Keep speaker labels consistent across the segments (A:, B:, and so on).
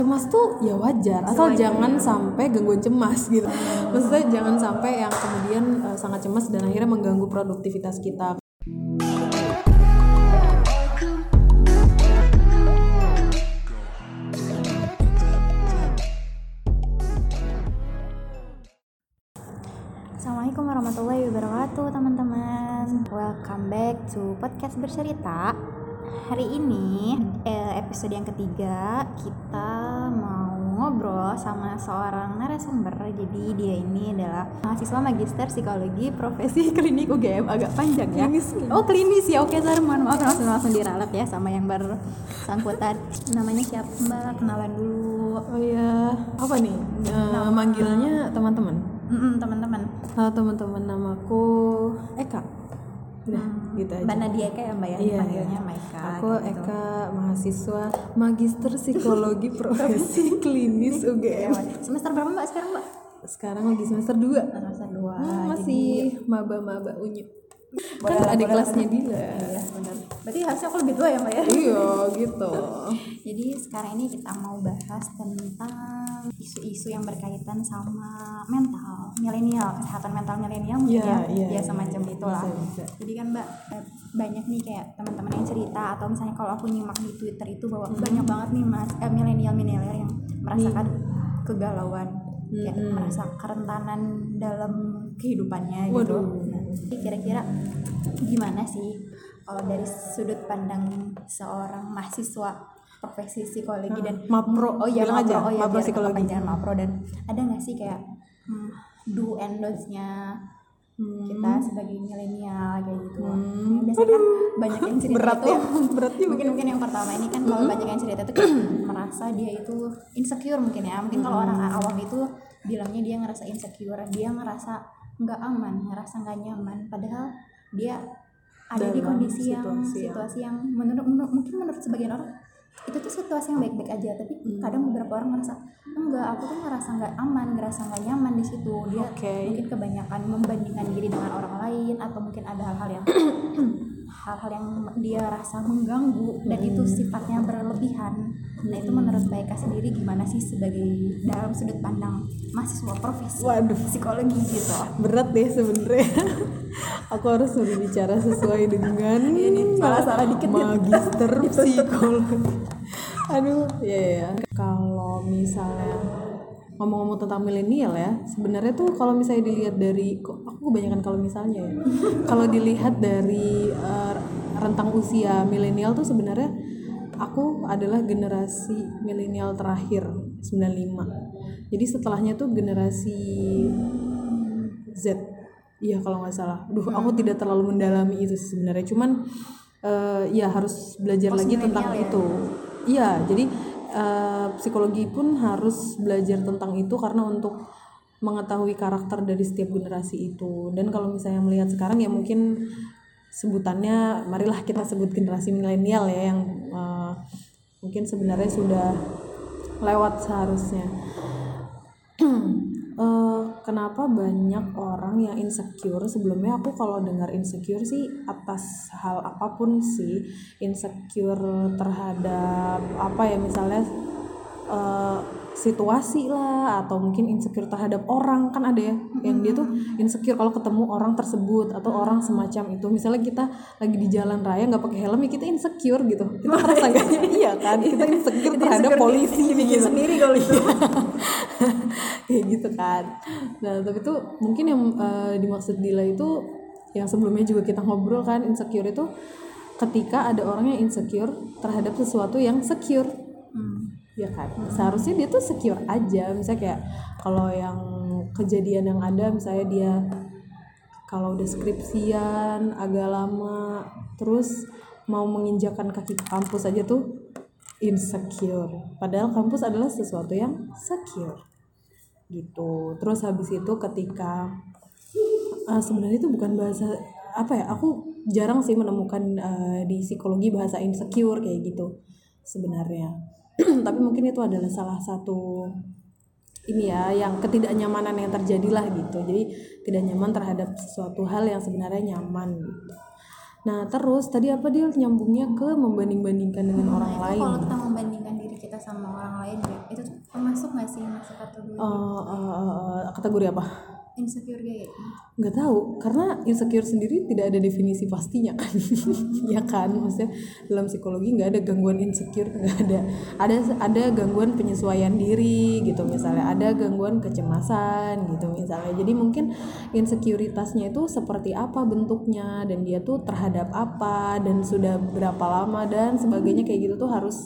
A: Cemas tuh ya wajar, asal jangan sampai gangguan cemas gitu. Maksudnya jangan sampai yang kemudian sangat cemas dan akhirnya mengganggu produktivitas kita.
B: Assalamualaikum warahmatullahi wabarakatuh teman-teman. Welcome back to podcast bercerita. Hari ini episode yang ketiga, kita mau ngobrol sama seorang narasumber. Jadi dia ini adalah mahasiswa magister psikologi profesi klinik UGM. Agak panjang ya. Klinis ya. Oke, sorry, mohon maaf, langsung diralat ya sama yang bersangkutan. Namanya siapa Mbak? Kenalan dulu.
A: Oh ya, apa nih? Manggilnya teman-teman.
B: Teman-teman.
A: Halo teman-teman, namaku Eka. Udah, gitu aja.
B: Mbak Nadia Eka ya Mbak ya,
A: Iya,
B: panggilnya Mbak Eka.
A: Aku
B: gitu.
A: Eka, mahasiswa magister psikologi profesi klinis UGM.
B: Semester berapa Mbak sekarang Mbak?
A: Sekarang lagi semester 2.
B: Semester 2.
A: Masih maba-maba unyu.
B: Boleh
A: Kan
B: lah,
A: adik
B: boleh
A: kelasnya
B: lah.
A: Dila.
B: Iya benar. Berarti harusnya aku lebih tua ya Mbak ya?
A: Iya gitu.
B: Jadi sekarang ini kita mau bahas tentang isu-isu yang berkaitan sama mental milenial, kesehatan mental milenial mungkin ya semacam itulah.
A: Bisa.
B: Jadi kan Mbak, banyak nih kayak teman-teman yang cerita, atau misalnya kalau aku nyimak di Twitter itu bahwa banyak banget nih milenial yang merasakan kegalauan, kayak merasa kerentanan dalam kehidupannya gitu. Nah, kira-kira gimana sih kalau dari sudut pandang seorang mahasiswa profesi psikologi dan
A: Mapro, bilang aja, Mapro psikologi.
B: Jangan Mapro, dan ada nggak sih kayak do and don'ts-nya kita sebagai milenial kayak gitu. Biasanya kan banyak yang cerita
A: Berat
B: itu
A: ya? Berat juga.
B: mungkin yang pertama ini kan kalau banyak yang cerita itu kayak merasa dia itu insecure mungkin ya. Mungkin kalau orang awam itu bilangnya dia ngerasa insecure, dia ngerasa nggak aman, ngerasa nggak nyaman, padahal dia ada di kondisi situasi yang mungkin menurut sebagian orang itu tuh situasi yang baik-baik aja, tapi kadang beberapa orang merasa enggak, aku tuh ngerasa nggak aman, ngerasa nggak nyaman di situ. Dia mungkin kebanyakan membandingkan diri dengan orang lain, atau mungkin ada hal-hal yang dia rasa mengganggu dan itu sifatnya berlebihan. Nah itu menurut Mbak Eka sendiri gimana sih sebagai dalam sudut pandang mahasiswa profesi psikologi gitu?
A: Berat deh sebenarnya. Aku harus berbicara sesuai dengan
B: ini salah dikit
A: magister psikologi. Aduh, ya. Kalau misalnya ngomong-ngomong tentang milenial ya, sebenarnya tuh kalau misalnya dilihat dari, aku kebanyakan kalau misalnya ya, kalau dilihat dari rentang usia milenial tuh sebenarnya aku adalah generasi milenial terakhir 95. Jadi setelahnya tuh generasi Z. Iya kalau nggak salah. Aku tidak terlalu mendalami itu sebenarnya. Cuman ya harus belajar lagi tentang itu. Iya, jadi psikologi pun harus belajar tentang itu karena untuk mengetahui karakter dari setiap generasi itu. Dan kalau misalnya melihat sekarang ya mungkin sebutannya, marilah kita sebut generasi milenial ya, yang mungkin sebenarnya sudah lewat seharusnya. Kenapa banyak orang yang insecure? Sebelumnya aku kalau dengar insecure sih atas hal apapun sih, insecure terhadap apa ya, misalnya situasi lah, atau mungkin insecure terhadap orang. Kan ada ya yang dia tuh insecure kalau ketemu orang tersebut atau orang semacam itu. Misalnya kita lagi di jalan raya nggak pakai helm ya kita insecure gitu, kita merasa iya kan, kita insecure terhadap polisi
B: bikin sendiri kalau itu.
A: Kayak gitu kan. Nah tapi itu mungkin yang dimaksud Dila itu yang sebelumnya juga kita ngobrol kan, insecure itu ketika ada orang yang insecure terhadap sesuatu yang secure. Ya kan, seharusnya dia tuh secure aja. Misalnya kayak kalau yang kejadian yang ada, misalnya dia kalau udah skripsian agak lama terus mau menginjakan kaki ke kampus aja tuh insecure, padahal kampus adalah sesuatu yang secure gitu. Terus habis itu ketika sebenarnya itu bukan bahasa apa ya, aku jarang sih menemukan di psikologi bahasa insecure kayak gitu sebenarnya. Tapi mungkin itu adalah salah satu ini ya, yang ketidaknyamanan yang terjadi lah gitu. Jadi tidak nyaman terhadap sesuatu hal yang sebenarnya nyaman gitu. Nah terus tadi apa dia nyambungnya ke membanding-bandingkan dengan orang lain.
B: Kalau kita membandingkan diri kita sama orang lain ya, itu sih masuk kategori
A: Kategori apa?
B: insecure kayak gitu.
A: Nggak tahu, karena insecure sendiri tidak ada definisi pastinya kan. Ya kan, maksudnya dalam psikologi nggak ada gangguan insecure, nggak ada gangguan penyesuaian diri gitu misalnya, ada gangguan kecemasan gitu misalnya. Jadi mungkin insekuritasnya itu seperti apa bentuknya, dan dia tuh terhadap apa, dan sudah berapa lama dan sebagainya kayak gitu tuh harus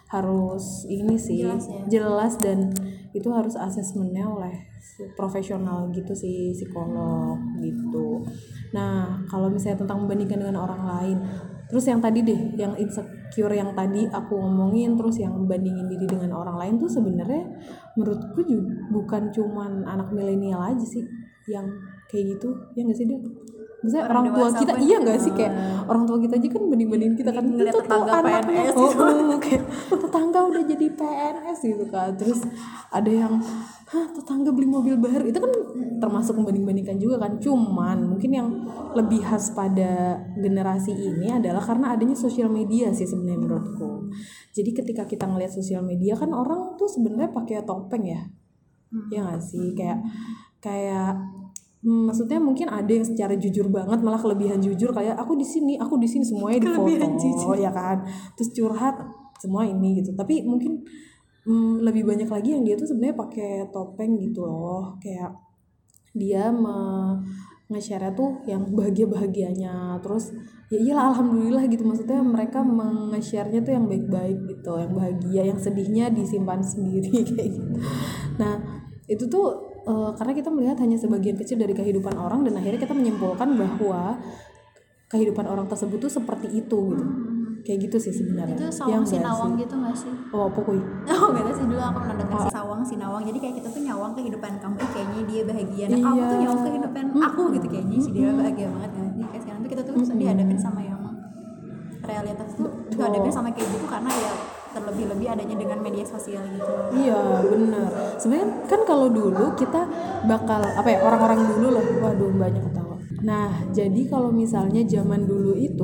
A: ini sih jelas dan itu harus asesmennya oleh profesional gitu sih, psikolog gitu. Nah kalau misalnya tentang membandingkan dengan orang lain, terus yang tadi deh, yang insecure yang tadi aku ngomongin, terus yang membandingin diri dengan orang lain tuh sebenarnya menurutku juga bukan cuman anak milenial aja sih yang kayak gitu, ya nggak sih dia? Maksudnya orang tua kita iya nggak sih, kayak orang tua kita aja kan banding-bandingin kita kan,
B: ngeliat
A: itu tuh
B: tetangga
A: anaknya
B: PNS gitu.
A: kayak tetangga udah jadi PNS gitu kan, terus ada yang tetangga beli mobil baru, itu kan termasuk membanding-bandingkan juga kan. Cuman mungkin yang lebih khas pada generasi ini adalah karena adanya sosial media sih sebenarnya menurutku. Jadi ketika kita ngelihat sosial media kan orang tuh sebenarnya pakai topeng ya, ya nggak sih, kayak maksudnya mungkin ada yang secara jujur banget, malah kelebihan jujur, kayak aku di sini semuanya di foto ya kan, terus curhat semua ini gitu. Tapi mungkin lebih banyak lagi yang dia tuh sebenarnya pakai topeng gitu loh, kayak dia nge-share tuh yang bahagianya, terus ya iyalah alhamdulillah gitu, maksudnya mereka nge-share-nya tuh yang baik-baik gitu, yang bahagia, yang sedihnya disimpan sendiri kayak gitu. Nah itu tuh karena kita melihat hanya sebagian kecil dari kehidupan orang, dan akhirnya kita menyimpulkan bahwa kehidupan orang tersebut tuh seperti itu gitu. Kayak gitu sih sebenarnya.
B: Itu sawang sinawang gitu nggak sih?
A: Oh pokoknya.
B: Oh nggak tahu sih, dulu aku pernah dengar sih sawang sinawang. Jadi kayak kita tuh nyawang kehidupan kamu, kayaknya dia bahagia. Nah kamu tuh nyawang kehidupan aku gitu, kayaknya sih dia bahagia banget kan. Jadi kayak sekarang tuh kita tuh dihadapin sama yang realitas tuh dihadapin sama kayak gitu, karena ya terlebih-lebih adanya dengan media sosial gitu.
A: Iya benar. Sebenarnya kan kalau dulu kita bakal orang-orang dulu loh, waduh banyak ketawa. Nah jadi kalau misalnya zaman dulu itu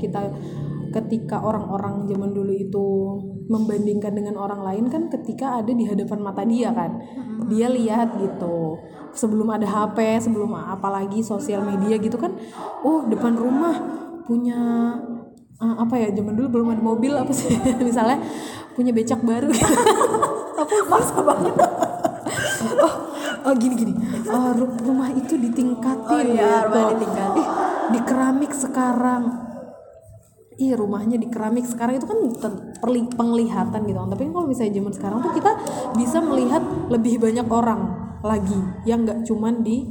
A: ketika orang-orang zaman dulu itu membandingkan dengan orang lain kan, ketika ada di hadapan mata dia kan, dia lihat gitu, sebelum ada HP, sebelum apalagi sosial media gitu kan, depan rumah punya zaman dulu belum ada mobil apa sih misalnya punya becak baru apa masa banget gini rumah itu ditingkatin
B: rumah ditingkatin
A: di keramik sekarang, rumahnya di keramik sekarang, itu kan penglihatan gitu kan. Tapi kalau misalnya zaman sekarang tuh kita bisa melihat lebih banyak orang lagi yang nggak cuman di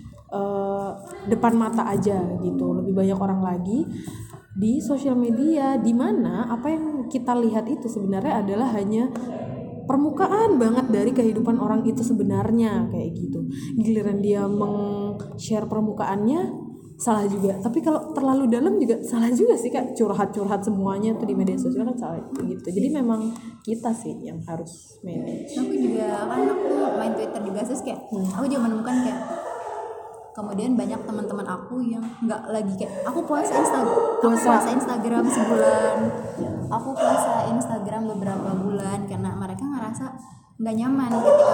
A: depan mata aja gitu, lebih banyak orang lagi di sosial media, di mana apa yang kita lihat itu sebenarnya adalah hanya permukaan banget dari kehidupan orang itu sebenarnya kayak gitu. Giliran dia meng-share permukaannya salah juga, tapi kalau terlalu dalam juga salah juga sih, kayak curhat semuanya tuh di media sosial kan salah gitu. Jadi memang kita sih yang harus manage.
B: Aku juga kan aku main Twitter juga, terus kayak aku juga menemukan kayak kemudian banyak teman-teman aku yang nggak lagi kayak aku puasa Instagram sebulan, aku puasa Instagram beberapa bulan karena mereka ngerasa nggak nyaman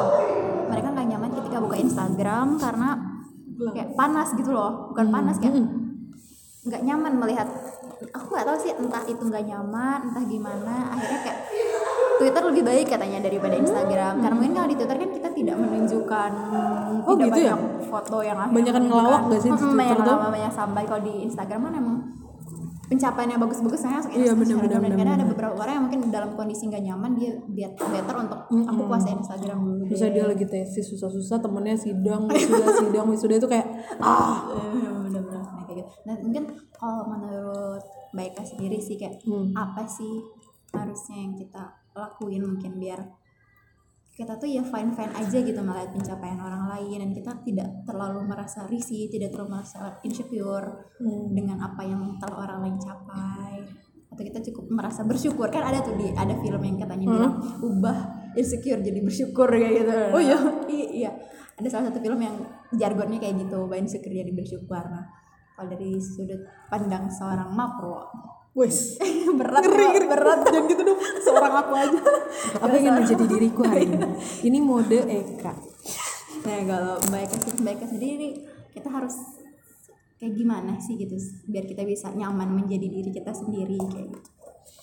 B: ketika buka Instagram, karena kayak panas gitu loh, bukan panas kayak nggak nyaman melihat. Aku nggak tahu sih, entah itu nggak nyaman entah gimana, akhirnya kayak Twitter lebih baik katanya daripada Instagram, karena mungkin kalau di Twitter kan kita tidak menunjukkan tidak
A: gitu
B: banyak
A: ya?
B: foto yang
A: Banyakan ngelawak gak sih di Twitter tuh?
B: banyak sampai. Kalau di Instagram kan emang pencapaiannya bagus-bagus, saya karena ada beberapa orang yang mungkin dalam kondisi nggak nyaman, dia better untuk aku puasain Instagram dulu.
A: Bisa dia lagi tesis susah-susah, temennya sidang wisuda itu kayak
B: bener-bener kayak gitu. Nah mungkin kalau menurut Mbak Eka sendiri sih kayak apa sih harusnya yang kita lakuin mungkin biar kita tuh ya fine aja gitu melihat pencapaian orang lain, dan kita tidak terlalu merasa risih, tidak terlalu merasa insecure dengan apa yang telah orang lain capai, atau kita cukup merasa bersyukur. Kan ada film yang katanya bilang ubah insecure jadi bersyukur kayak gitu.
A: Oh iya?
B: Iya, ada salah satu film yang jargonnya kayak gitu, ubah insecure jadi bersyukur. Nah kalau dari sudut pandang seorang makro,
A: Wes,
B: berat
A: ngeri.
B: berat.
A: Jangan gitu dong, seorang aku aja. Aku ingin menjadi diriku hari ini. Ini mode Eka.
B: Nah kalau Mbak Eka sendiri, kita harus kayak gimana sih gitu biar kita bisa nyaman menjadi diri kita sendiri kayak gitu.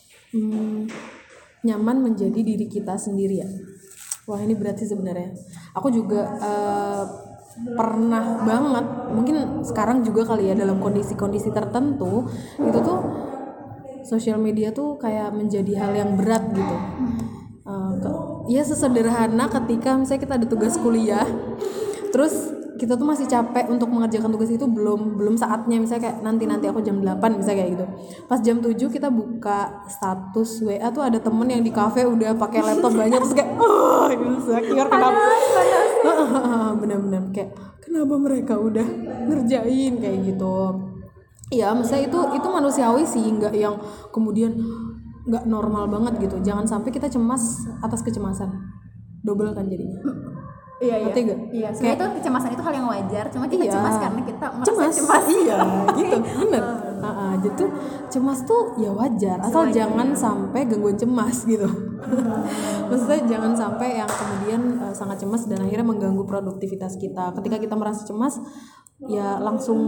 A: Nyaman menjadi diri kita sendiri ya. Wah ini berarti sebenarnya. Aku juga pernah banget, mungkin sekarang juga kali ya, dalam kondisi-kondisi tertentu itu tuh sosial media tuh kayak menjadi hal yang berat gitu. Ya sesederhana ketika misalnya kita ada tugas kuliah, terus kita tuh masih capek untuk mengerjakan tugas itu, belum saatnya, misalnya kayak nanti aku jam 8 misalnya kayak gitu. Pas jam 7 kita buka status WA tuh ada temen yang di kafe udah pakai laptop banyak, terus kayak insecure kenapa? Bener-bener kayak kenapa mereka udah ngerjain kayak gitu. Iya, maksudnya itu manusiawi sih, nggak yang kemudian nggak normal banget gitu. Jangan sampai kita cemas atas kecemasan, double kan jadinya.
B: Iya.
A: Ngerti gak?
B: Iya, sebenarnya itu kecemasan itu hal yang wajar, cuma kita cemas karena kita merasa cemas.
A: Iya, gitu, bener. Jadi cemas tuh ya wajar, asal jangan sampai gangguan cemas gitu. Maksudnya jangan sampai yang kemudian sangat cemas dan akhirnya mengganggu produktivitas kita. Ketika kita merasa cemas, ya langsung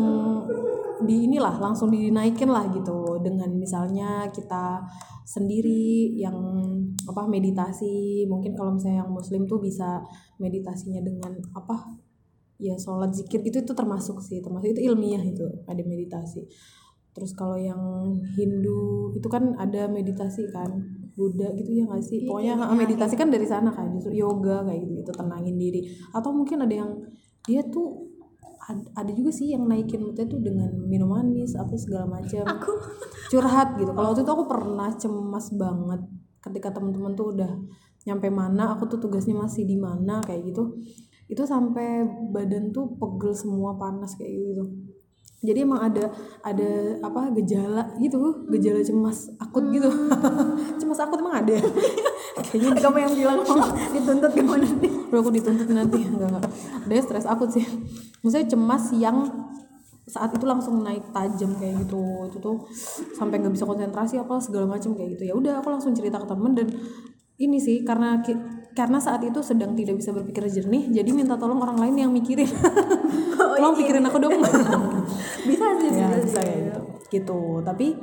A: dinaikin lah gitu, dengan misalnya kita sendiri yang meditasi. Mungkin kalau misalnya yang muslim tuh bisa meditasinya dengan ya sholat, zikir gitu, itu termasuk itu ilmiah, itu ada meditasi. Terus kalau yang Hindu itu kan ada meditasi kan, Buddha gitu ya nggak sih, pokoknya meditasi kan dari sana kan, justru yoga kayak gitu, tenangin diri. Atau mungkin ada yang dia tuh ada juga sih yang naikin moodnya tuh dengan minum manis apa segala macam.
B: Aku
A: curhat gitu. Kalau waktu itu aku pernah cemas banget ketika teman-teman tuh udah nyampe mana, aku tuh tugasnya masih di mana kayak gitu. Itu sampai badan tuh pegel semua, panas kayak gitu. Jadi emang ada gejala gitu, gejala cemas akut gitu. Cemas akut emang ada. Kayaknya
B: kamu yang bilang dituntut kamu nanti.
A: Aku dituntut nanti. Enggak. Dia stres akut sih. Maksudnya cemas yang saat itu langsung naik tajam kayak gitu. Itu tuh sampai nggak bisa konsentrasi apa segala macam kayak gitu. Ya udah aku langsung cerita ke temen, dan ini sih karena saat itu sedang tidak bisa berpikir jernih, jadi minta tolong orang lain yang mikirin. Tolong pikirin aku dong. Bisa ya, gitu. Tapi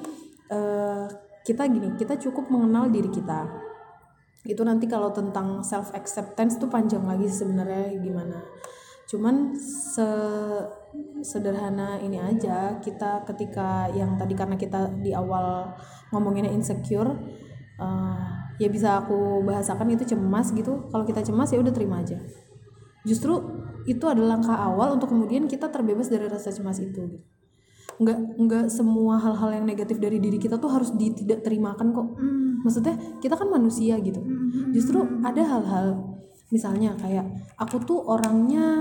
A: kita cukup mengenal diri kita. Itu nanti kalau tentang self acceptance tuh panjang lagi sebenarnya gimana. Cuman sederhana ini aja, kita ketika yang tadi, karena kita di awal ngomonginnya insecure, ya bisa aku bahasakan itu cemas gitu. Kalau kita cemas ya udah terima aja. Justru itu adalah langkah awal untuk kemudian kita terbebas dari rasa cemas itu gitu. Nggak semua hal-hal yang negatif dari diri kita tuh harus tidak terimakan kok. Maksudnya kita kan manusia gitu. Justru ada hal-hal, misalnya kayak aku tuh orangnya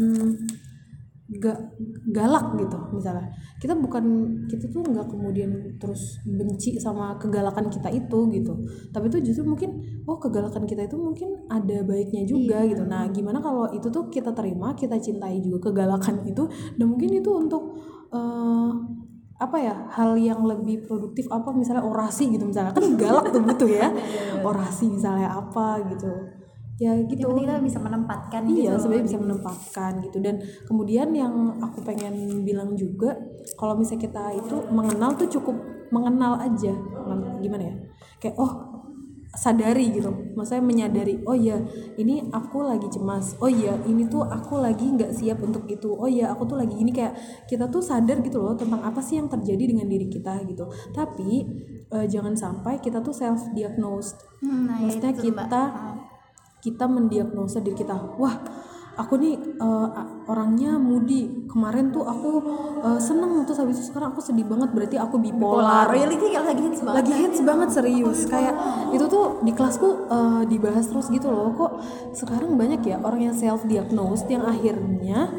A: galak gitu misalnya, kita tuh nggak kemudian terus benci sama kegalakan kita itu gitu, tapi itu justru mungkin kegalakan kita itu mungkin ada baiknya juga gitu. Nah gimana kalau itu tuh kita terima, kita cintai juga kegalakan itu, dan mungkin itu untuk hal yang lebih produktif, misalnya orasi gitu, misalnya kan galak tuh butuh ya orasi misalnya gitu ya gitu.
B: Yang penting kita bisa menempatkan
A: sebenarnya bisa menempatkan gitu. Dan kemudian yang aku pengen bilang juga, kalau misalnya kita itu mengenal tuh cukup mengenal aja, gimana ya, kayak sadari gitu, maksudnya menyadari, ini aku lagi cemas, ini tuh aku lagi nggak siap untuk itu, aku tuh lagi ini, kayak kita tuh sadar gitu loh tentang apa sih yang terjadi dengan diri kita gitu. Tapi jangan sampai kita tuh self diagnose. Maksudnya kita mendiagnosa diri kita, aku nih orangnya moody, kemarin tuh aku seneng, terus habis itu sekarang aku sedih banget, berarti aku bipolar.
B: Really lagi hits banget
A: serius. Kayak itu tuh di kelasku dibahas terus gitu loh. Kok sekarang banyak ya orang yang self diagnose yang akhirnya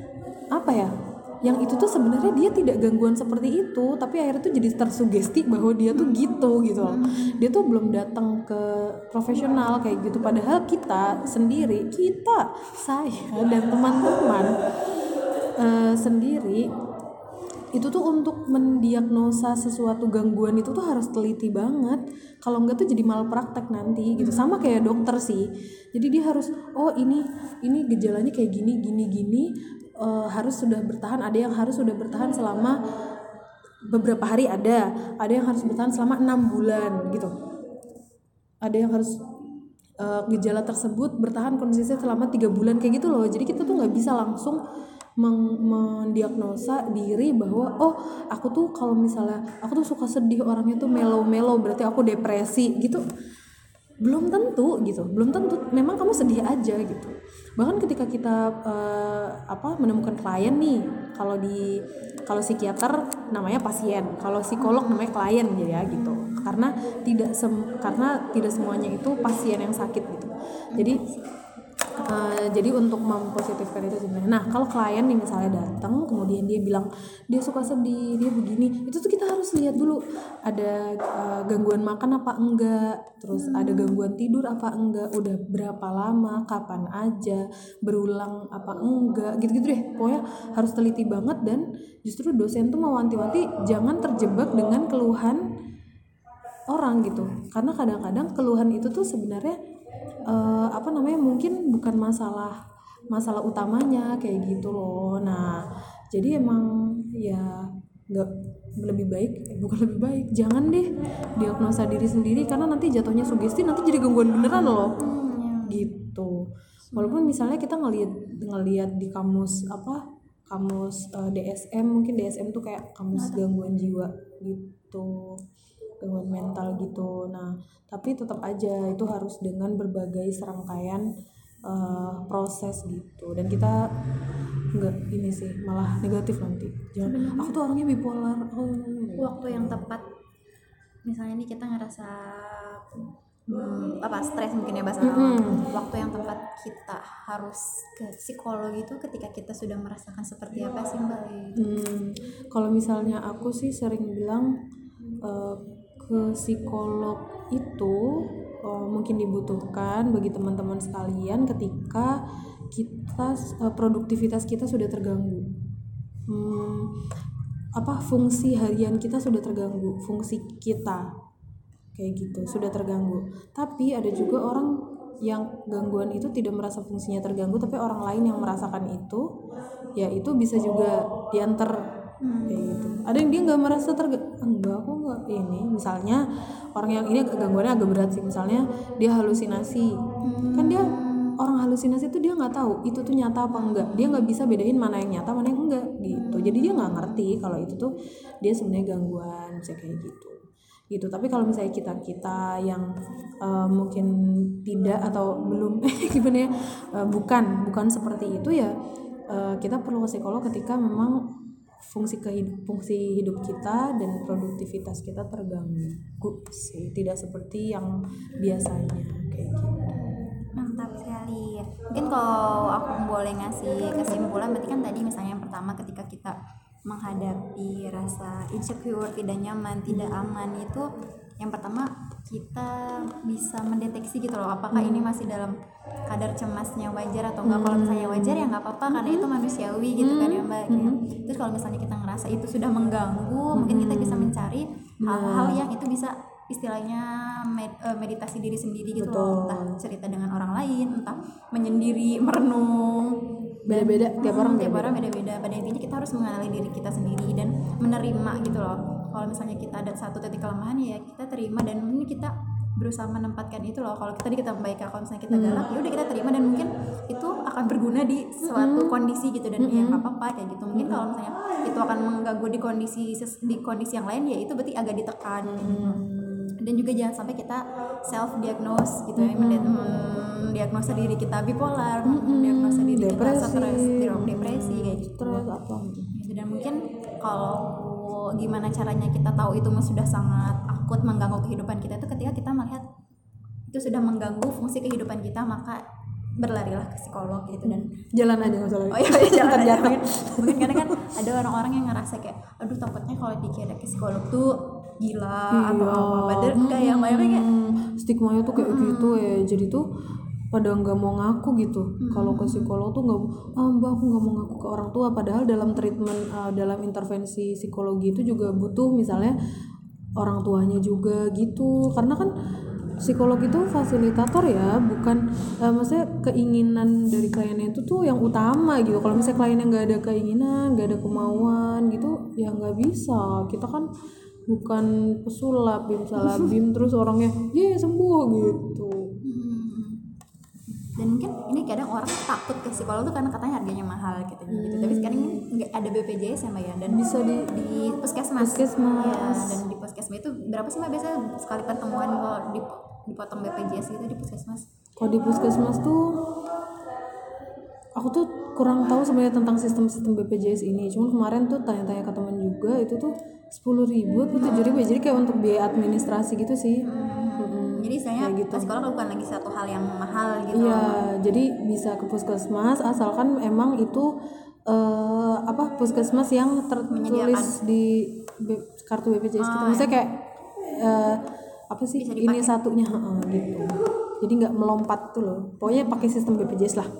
A: yang itu tuh sebenarnya dia tidak gangguan seperti itu, tapi akhirnya tuh jadi tersugesti bahwa dia tuh gitu loh. Dia tuh belum datang ke profesional kayak gitu, padahal saya dan teman-teman sendiri itu tuh untuk mendiagnosa sesuatu gangguan itu tuh harus teliti banget. Kalau enggak tuh jadi malpraktek nanti gitu. Sama kayak dokter sih. Jadi dia harus ini gejalanya kayak gini harus sudah bertahan. Ada yang harus sudah bertahan selama beberapa hari, ada yang harus bertahan selama 6 bulan gitu. Ada yang harus gejala tersebut bertahan konsisten selama 3 bulan kayak gitu loh. Jadi kita tuh nggak bisa langsung mendiagnosa diri bahwa aku tuh kalau misalnya aku tuh suka sedih, orangnya tuh melo berarti aku depresi gitu. Belum tentu gitu, memang kamu sedih aja gitu. Bahkan ketika kita menemukan klien nih, kalau psikiater namanya pasien, kalau psikolog namanya klien ya gitu. Karena tidak semuanya itu pasien yang sakit gitu. Jadi untuk mempositifkan itu sebenarnya. Nah, kalau klien nih misalnya datang kemudian dia bilang dia suka sedih, dia begini, itu tuh kita harus lihat dulu ada gangguan makan apa enggak, terus ada gangguan tidur apa enggak, udah berapa lama, kapan aja, berulang apa enggak, gitu-gitu deh. Pokoknya harus teliti banget. Dan justru dosen tuh mewanti-wanti jangan terjebak dengan keluhan orang gitu. Karena kadang-kadang keluhan itu tuh sebenarnya mungkin bukan masalah utamanya kayak gitu loh. Nah, jadi emang ya nggak bukan lebih baik, jangan deh diagnosa diri sendiri karena nanti jatuhnya sugesti, nanti jadi gangguan beneran loh. Gitu. Walaupun misalnya kita ngelihat di kamus DSM, mungkin DSM tuh kayak kamus gangguan jiwa gitu, gangguan mental gitu. Nah, tapi tetap aja itu harus dengan berbagai serangkaian proses gitu. Dan kita nggak ini sih, malah negatif nanti. Jangan, aku tuh orangnya bipolar.
B: Waktu yang tepat, misalnya nih kita ngerasa stres mungkin ya bahasa waktu yang tepat kita harus ke psikolog itu ketika kita sudah merasakan seperti apa sih Mbak?
A: Kalau misalnya aku sih sering bilang ke psikolog itu mungkin dibutuhkan bagi teman-teman sekalian ketika kita produktivitas kita sudah terganggu, fungsi harian kita sudah terganggu, fungsi kita kayak gitu sudah terganggu. Tapi ada juga orang yang gangguan itu tidak merasa fungsinya terganggu, tapi orang lain yang merasakan itu, ya itu bisa juga diantar kayak gitu. Ada yang dia nggak merasa aku nggak ini, misalnya orang yang ini gangguannya agak berat sih, misalnya dia halusinasi, kan dia orang halusinasi itu dia nggak tahu itu tuh nyata apa enggak, dia nggak bisa bedain mana yang nyata mana yang enggak gitu. Jadi dia nggak ngerti kalau itu tuh dia sebenarnya gangguan, bisa kayak gitu. Tapi kalau misalnya kita yang mungkin tidak atau belum gimana ya, bukan seperti itu ya, kita perlu ke psikolog ketika memang fungsi hidup kita dan produktivitas kita terganggu sih, tidak seperti yang biasanya kayak gitu.
B: Mantap sekali. Mungkin kalau aku boleh ngasih kesimpulan, berarti kan tadi misalnya yang pertama ketika kita menghadapi rasa insecure, tidak nyaman, tidak aman, itu yang pertama kita bisa mendeteksi gitu loh, apakah ini masih dalam kadar cemasnya wajar atau enggak. Kalau misalnya wajar ya nggak apa-apa karena itu manusiawi gitu kan ya Mbak. Terus kalau misalnya kita ngerasa itu sudah mengganggu, mungkin kita bisa mencari hal-hal yang itu bisa istilahnya meditasi diri sendiri gitu loh, entah cerita dengan orang lain, entah menyendiri, merenung.
A: Beda-beda, tiap orang
B: beda-beda. Pada intinya kita harus mengenali diri kita sendiri dan menerima gitu loh. Kalau misalnya kita ada satu titik kelemahan ya kita terima, dan mungkin kita berusaha menempatkan itu loh. Kalau kita baik, kalau misalnya kita galak ya udah kita terima, dan mungkin itu akan berguna di suatu kondisi gitu, dan ya nggak apa-apa kayak gitu. Mungkin kalau misalnya itu akan mengganggu di kondisi yang lain ya itu berarti agak ditekan gitu. Dan juga jangan sampai kita self diagnose gitu ya, diagnosa diri kita bipolar, diagnosa diri kita stres, depresi kayak gitu. Dan mungkin kalau gimana caranya kita tahu itu sudah sangat akut mengganggu kehidupan kita, itu ketika kita melihat itu sudah mengganggu fungsi kehidupan kita, maka berlarilah ke psikolog gitu. Dan
A: jalan aja nggak usah lari.
B: Jalan aja. Mungkin karena kan ada orang-orang yang ngerasa kayak aduh takutnya kalau dikira ke psikolog tuh gila atau apa, padahal enggak ya, kayak
A: stigmanya tuh kayak gitu ya. Jadi tuh pada nggak mau ngaku gitu. Kalau ke psikolog tuh nggak, mbak aku nggak mau ngaku ke orang tua, padahal dalam treatment dalam intervensi psikologi itu juga butuh misalnya orang tuanya juga gitu, karena kan psikolog itu fasilitator ya, bukan maksudnya keinginan dari kliennya itu tuh yang utama gitu. Kalau misalnya kliennya nggak ada keinginan, nggak ada kemauan gitu, ya nggak bisa. Kita kan bukan pesulap bim salabim terus orangnya sembuh gitu.
B: Dan mungkin ini kadang orang takut ke psikolog tuh karena katanya harganya mahal gitu. Tapi sekarang ini nggak ada BPJS ya Mbak ya, dan
A: Bisa di
B: puskesmas.
A: puskesmas.
B: Ya, dan di puskesmas itu berapa sih Mbak biasanya sekali pertemuan kalau dipotong BPJS gitu di puskesmas?
A: Kalau di puskesmas tuh aku tuh kurang tahu sebenarnya tentang sistem BPJS ini. Cuman kemarin tuh tanya-tanya ke teman juga, itu tuh 10.000 atau 7.000, jadi kayak untuk biaya administrasi gitu sih.
B: Jadi istilahnya
A: Kayak gitu.
B: psikolog bukan lagi satu hal yang mahal gitu.
A: Iya, jadi bisa ke puskesmas asalkan emang itu puskesmas yang tertulis di kartu BPJS kita. Maksudnya kayak ini satunya gitu. Jadi nggak melompat tuh loh. Pokoknya pakai sistem BPJS lah.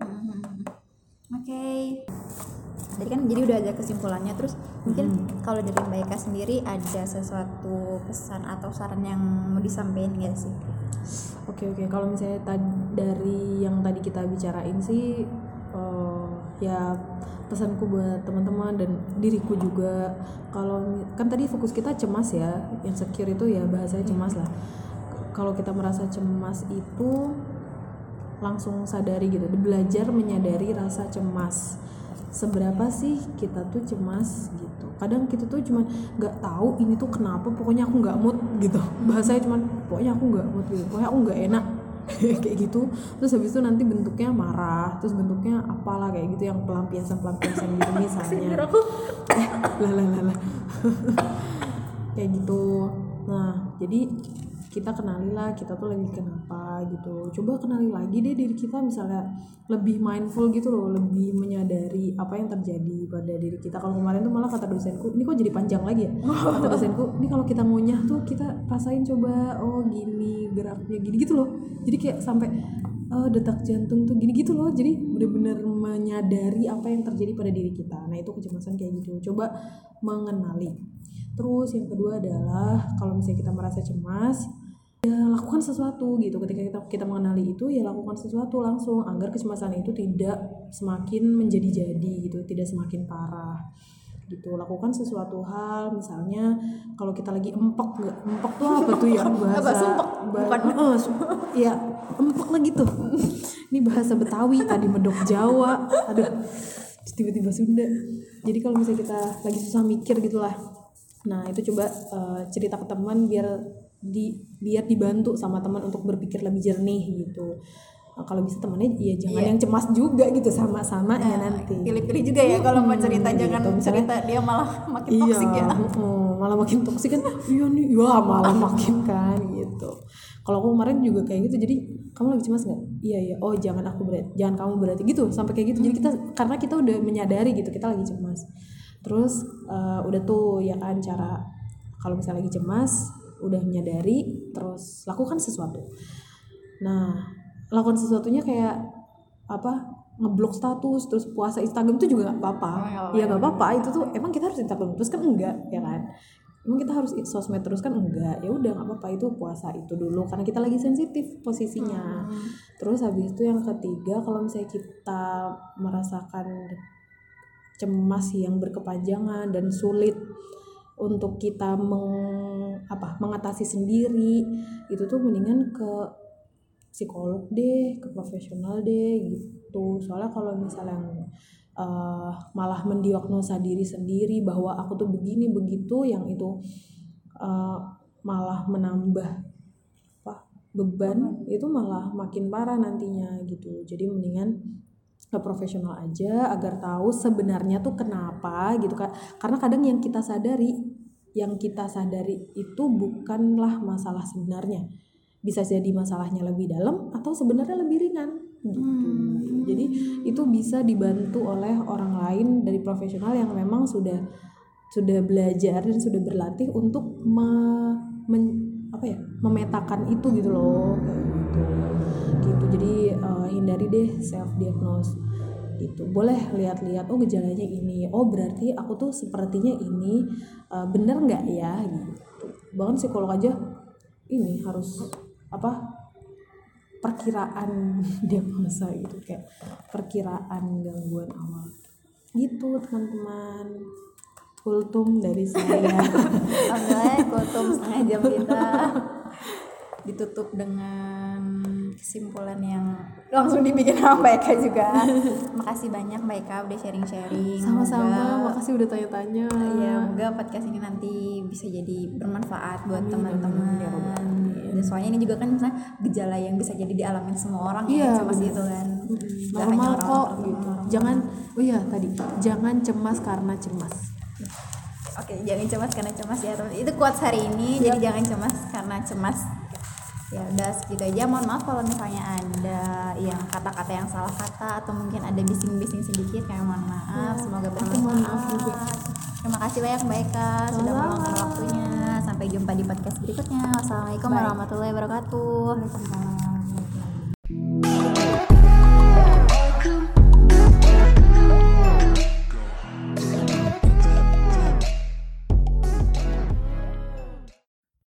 B: Oke. Jadi udah ada kesimpulannya. Terus mungkin kalau dari Mbak Eka sendiri ada sesuatu pesan atau saran yang mau disampaikan nggak sih?
A: Oke. Kalau misalnya dari yang tadi kita bicarain sih, ya pesanku buat teman-teman dan diriku juga, kalau kan tadi fokus kita cemas ya, insecure itu ya bahasanya cemas lah. Kalau kita merasa cemas itu langsung sadari gitu, belajar menyadari rasa cemas. Seberapa sih kita tuh cemas gitu. Kadang kita tuh cuman nggak tahu ini tuh kenapa, pokoknya aku nggak mood gitu. Bahasanya cuman pokoknya aku nggak mood gitu, pokoknya aku nggak enak kayak gitu. Terus habis itu nanti bentuknya marah, terus bentuknya apalah kayak gitu, yang pelampiasan gitu misalnya. lah kayak gitu. Nah jadi kita kenalilah kita tuh lagi kenapa gitu. Coba kenali lagi deh diri kita, misalnya lebih mindful gitu loh, lebih menyadari apa yang terjadi pada diri kita. Kalau kemarin tuh malah kata dosenku, ini kok jadi panjang lagi ya, kata dosenku, ini kalau kita ngunyah tuh kita rasain coba, gini geraknya gini gitu loh. Jadi kayak sampai detak jantung tuh gini gitu loh. Jadi benar-benar menyadari apa yang terjadi pada diri kita. Nah itu kecemasan kayak gitu, coba mengenali. Terus yang kedua adalah kalau misalnya kita merasa cemas, ya lakukan sesuatu gitu. Ketika kita mengenali itu, ya lakukan sesuatu langsung agar kecemasan itu tidak semakin menjadi-jadi gitu, tidak semakin parah gitu. Lakukan sesuatu hal, misalnya kalau kita lagi empek tuh apa tuh ya bahasa ya empek lagi tuh ini bahasa Betawi, tadi medok Jawa, aduh tiba-tiba Sunda. Jadi kalau misalnya kita lagi susah mikir gitulah, nah itu coba cerita ke teman biar dibantu sama teman untuk berpikir lebih jernih gitu. Kalau bisa temannya ya jangan yang cemas juga gitu, sama-sama ya nanti.
B: Pilih-pilih juga ya kalau mau cerita, jangan gitu. Cerita dia malah makin toksik ya.
A: Malah makin toksik kan. Malah makin kan gitu. Kalau aku kemarin juga kayak gitu, jadi kamu lagi cemas nggak? Iya. Oh jangan kamu berarti gitu, sampai kayak gitu. Jadi karena kita udah menyadari gitu kita lagi cemas. Terus udah tuh ya kan cara kalau misalnya lagi cemas, udah menyadari, terus lakukan sesuatu. Nah lakukan sesuatunya kayak ngeblok status, terus puasa Instagram itu juga nggak apa-apa. Ya nggak apa-apa, itu tuh emang kita harus Instagram terus kan enggak ya kan? Emang kita harus sosmed terus kan enggak? Ya udah nggak apa-apa, itu puasa itu dulu karena kita lagi sensitif posisinya. Terus habis itu yang ketiga, kalau misalnya kita merasakan cemas yang berkepanjangan dan sulit untuk kita mengatasi sendiri, itu tuh mendingan ke psikolog deh, ke profesional deh gitu. Soalnya kalau misalnya malah mendiagnosa diri sendiri bahwa aku tuh begini begitu, yang itu malah menambah beban, itu malah makin parah nantinya gitu. Jadi mendingan ke profesional aja agar tahu sebenarnya tuh kenapa gitu kan. Karena kadang yang kita sadari itu bukanlah masalah sebenarnya. Bisa jadi masalahnya lebih dalam atau sebenarnya lebih ringan gitu. Jadi itu bisa dibantu oleh orang lain dari profesional yang memang sudah belajar dan sudah berlatih untuk memetakan itu gitu loh. gitu. Jadi hindari deh self diagnose gitu. Boleh lihat-lihat, oh gejalanya ini, oh berarti aku tuh sepertinya ini, bener nggak ya gitu. Bahkan psikolog aja ini harus apa, perkiraan diagnosa gitu, kayak perkiraan gangguan awal gitu teman-teman. Kultum dari saya.
B: Oke, kultum setengah jam kita ditutup dengan kesimpulan yang langsung dibikin sama Mbak Eka juga. Makasih banyak Mbak Eka udah sharing-sharing.
A: Sama-sama, makasih udah tanya-tanya.
B: Ya, semoga podcast ini nanti bisa jadi bermanfaat buat
A: Amin,
B: teman-teman.
A: amin, ya Rabbal
B: Dan soalnya ini juga kan misalnya gejala yang bisa jadi dialamin semua orang
A: Iya,
B: ya, cemas
A: bener.
B: itu kan. Nggak hanya
A: Normal
B: orang-orang
A: kok
B: tertentu,
A: gitu.
B: normal.
A: Jangan, oh iya tadi, jangan cemas karena cemas.
B: Oke, jangan cemas karena cemas ya teman. Itu quotes hari ini. Jadi jangan cemas karena cemas. Ya udah segitu aja. Mohon maaf kalau misalnya ada yang kata-kata yang salah kata atau mungkin ada bising-bising sedikit, kayak mohon maaf. Semoga
A: mohon maaf juga.
B: bermanfaat. Terima kasih banyak Mbak Eka sudah
A: Sama-sama.
B: meluangkan waktunya. Sampai jumpa di podcast berikutnya. Wassalamualaikum warahmatullahi wabarakatuh.
A: Waalaikumsalam.